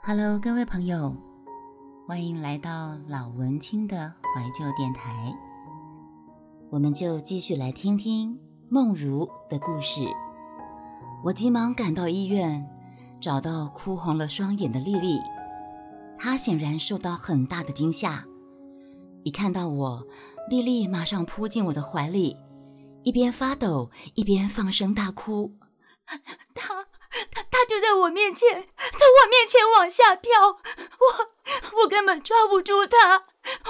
Hello， 各位朋友，欢迎来到老文青的怀旧电台。我们就继续来听听梦如的故事。我急忙赶到医院，找到哭红了双眼的丽丽。她显然受到很大的惊吓，一看到我，丽丽马上扑进我的怀里，一边发抖一边放声大哭。他就在我面前，从我面前往下跳，我根本抓不住他，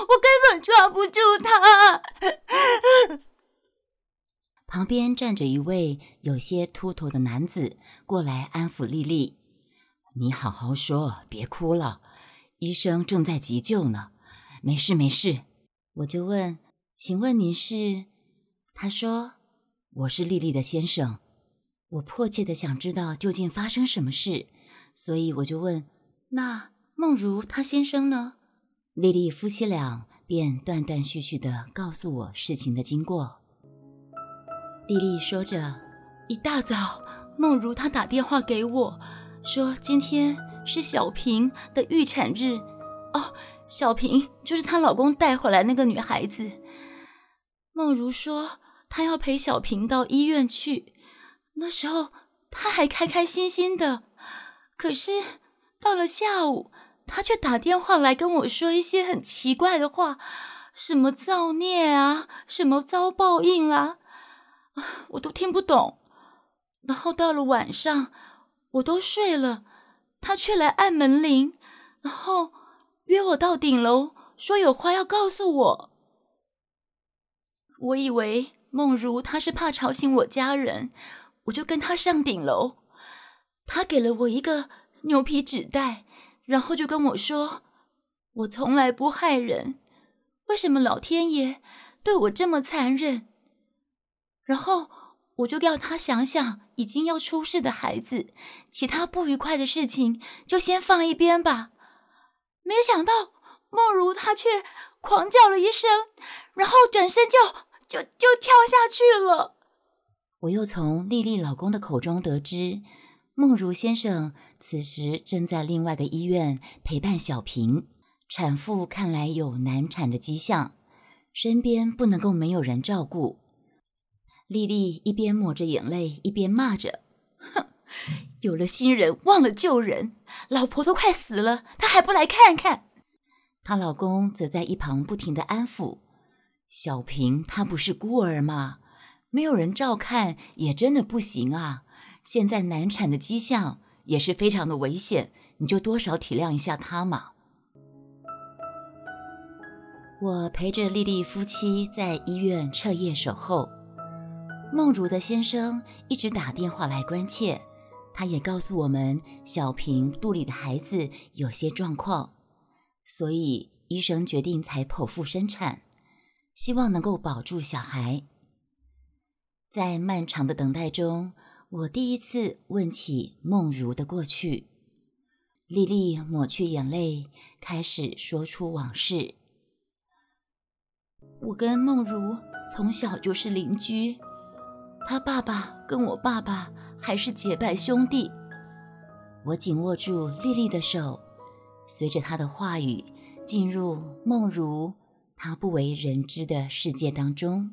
旁边站着一位有些秃头的男子，过来安抚丽丽。你好好说，别哭了，医生正在急救呢，没事没事。我就问，请问您是？他说，我是丽丽的先生。我迫切地想知道究竟发生什么事，所以我就问，那梦如她先生呢？丽丽夫妻俩便断断续续地告诉我事情的经过。丽丽说着，一大早梦如她打电话给我，说今天是小平的预产日。小平就是她老公带回来那个女孩子。梦如说她要陪小平到医院去，那时候他还开开心心的，可是到了下午，他却打电话来跟我说一些很奇怪的话，什么造孽啊，什么遭报应啊，我都听不懂。然后到了晚上，我都睡了，他却来按门铃，然后约我到顶楼，说有话要告诉我。我以为梦如她是怕吵醒我家人，我就跟他上顶楼，他给了我一个牛皮纸袋，然后就跟我说，我从来不害人，为什么老天爷对我这么残忍？然后我就要他想想已经要出世的孩子，其他不愉快的事情就先放一边吧。没想到梦如她却狂叫了一声，然后转身就跳下去了。我又从丽丽老公的口中得知，梦如先生此时正在另外的医院陪伴小平，产妇看来有难产的迹象，身边不能够没有人照顾。丽丽一边抹着眼泪一边骂着，哼，有了新人忘了旧人，老婆都快死了，她还不来看看。她老公则在一旁不停地安抚，小平她不是孤儿吗？没有人照看也真的不行啊，现在难产的迹象也是非常的危险，你就多少体谅一下她嘛。我陪着丽丽夫妻在医院彻夜守候，梦如的先生一直打电话来关切，他也告诉我们小平肚里的孩子有些状况，所以医生决定采剖腹生产，希望能够保住小孩。在漫长的等待中，我第一次问起梦如的过去。丽丽抹去眼泪，开始说出往事。我跟梦如从小就是邻居，她爸爸跟我爸爸还是结拜兄弟。我紧握住丽丽的手，随着她的话语进入梦如她不为人知的世界当中。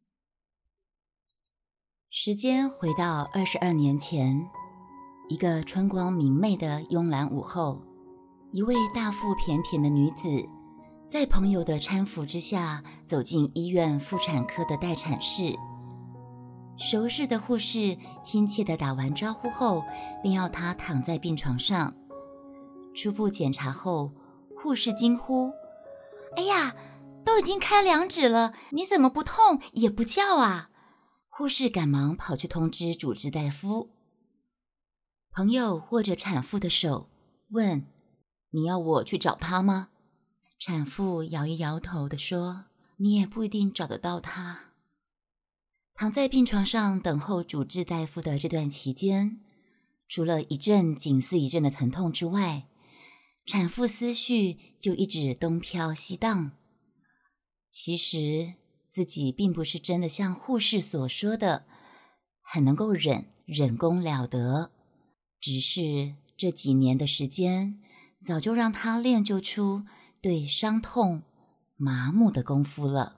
时间回到22年前，一个春光明媚的慵懒午后，一位大腹便便的女子在朋友的搀扶之下走进医院妇产科的待产室。熟识的护士亲切地打完招呼后，便要她躺在病床上。初步检查后，护士惊呼，哎呀，都已经开2指了，你怎么不痛也不叫啊？护士赶忙跑去通知主治大夫。朋友握着产妇的手问，你要我去找她吗？产妇摇一摇头地说，你也不一定找得到她。躺在病床上等候主治大夫的这段期间，除了一阵紧似一阵的疼痛之外，产妇思绪就一直东飘西荡。其实自己并不是真的像护士所说的很能够忍功了得，只是这几年的时间， 早就让她练就出对伤痛麻木的功夫了。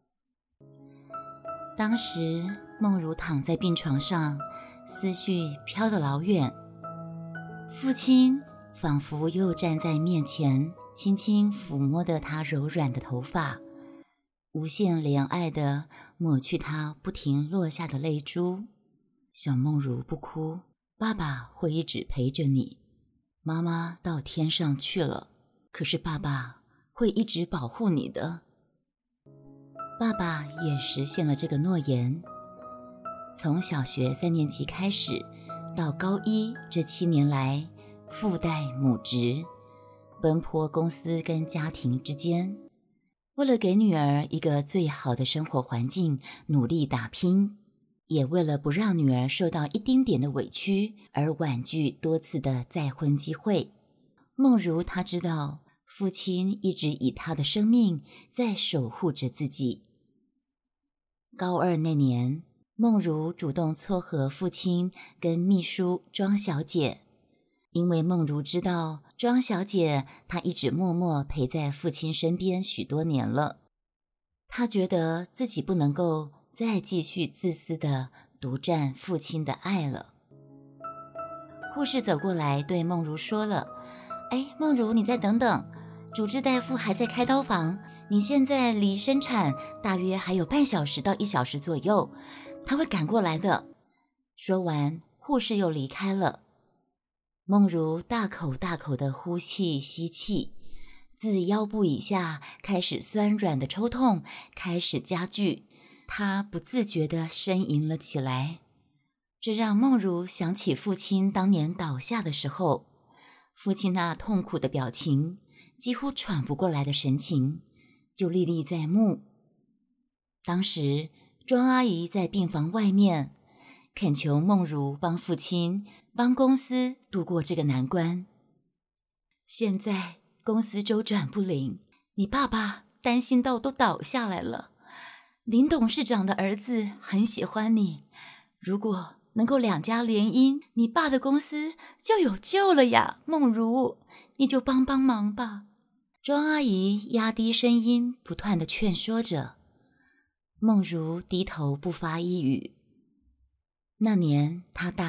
当时梦如躺在病床上，思绪飘得老远，父亲仿佛又站在面前，轻轻抚摸着她柔软的头发，无限怜爱地抹去她不停落下的泪珠。小梦如，不哭，爸爸会一直陪着你。妈妈到天上去了，可是爸爸会一直保护你的。爸爸也实现了这个诺言。从小学3年级开始到高1这7年来，父代母职，奔波公司跟家庭之间，为了给女儿一个最好的生活环境努力打拼，也为了不让女儿受到一丁点的委屈而婉拒多次的再婚机会。梦如她知道父亲一直以他的生命在守护着自己。高2那年，梦如主动撮合父亲跟秘书庄小姐，因为梦如知道庄小姐她一直默默陪在父亲身边许多年了，她觉得自己不能够再继续自私的独占父亲的爱了。护士走过来对梦如说了：梦如，你再等等，主治大夫还在开刀房，你现在离生产大约还有半小时到1小时左右，他会赶过来的。说完，护士又离开了。梦如大口大口的呼气吸气，自腰部以下开始酸软的抽痛开始加剧，她不自觉地呻吟了起来。这让梦如想起父亲当年倒下的时候，父亲那痛苦的表情，几乎喘不过来的神情就历历在目。当时庄阿姨在病房外面恳求梦如帮父亲帮公司度过这个难关。现在公司周转不灵，你爸爸担心到都倒下来了，林董事长的儿子很喜欢你，如果能够2家联姻，你爸的公司就有救了呀，梦如，你就帮帮忙吧。庄阿姨压低声音不断地劝说着，梦如低头不发一语。那年她大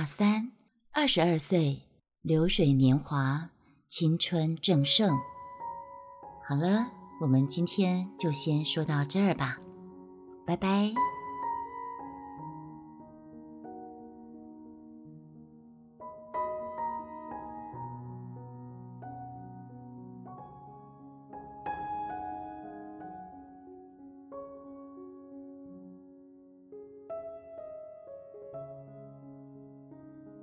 3，22岁，流水年华，青春正盛。好了，我们今天就先说到这儿吧，拜拜。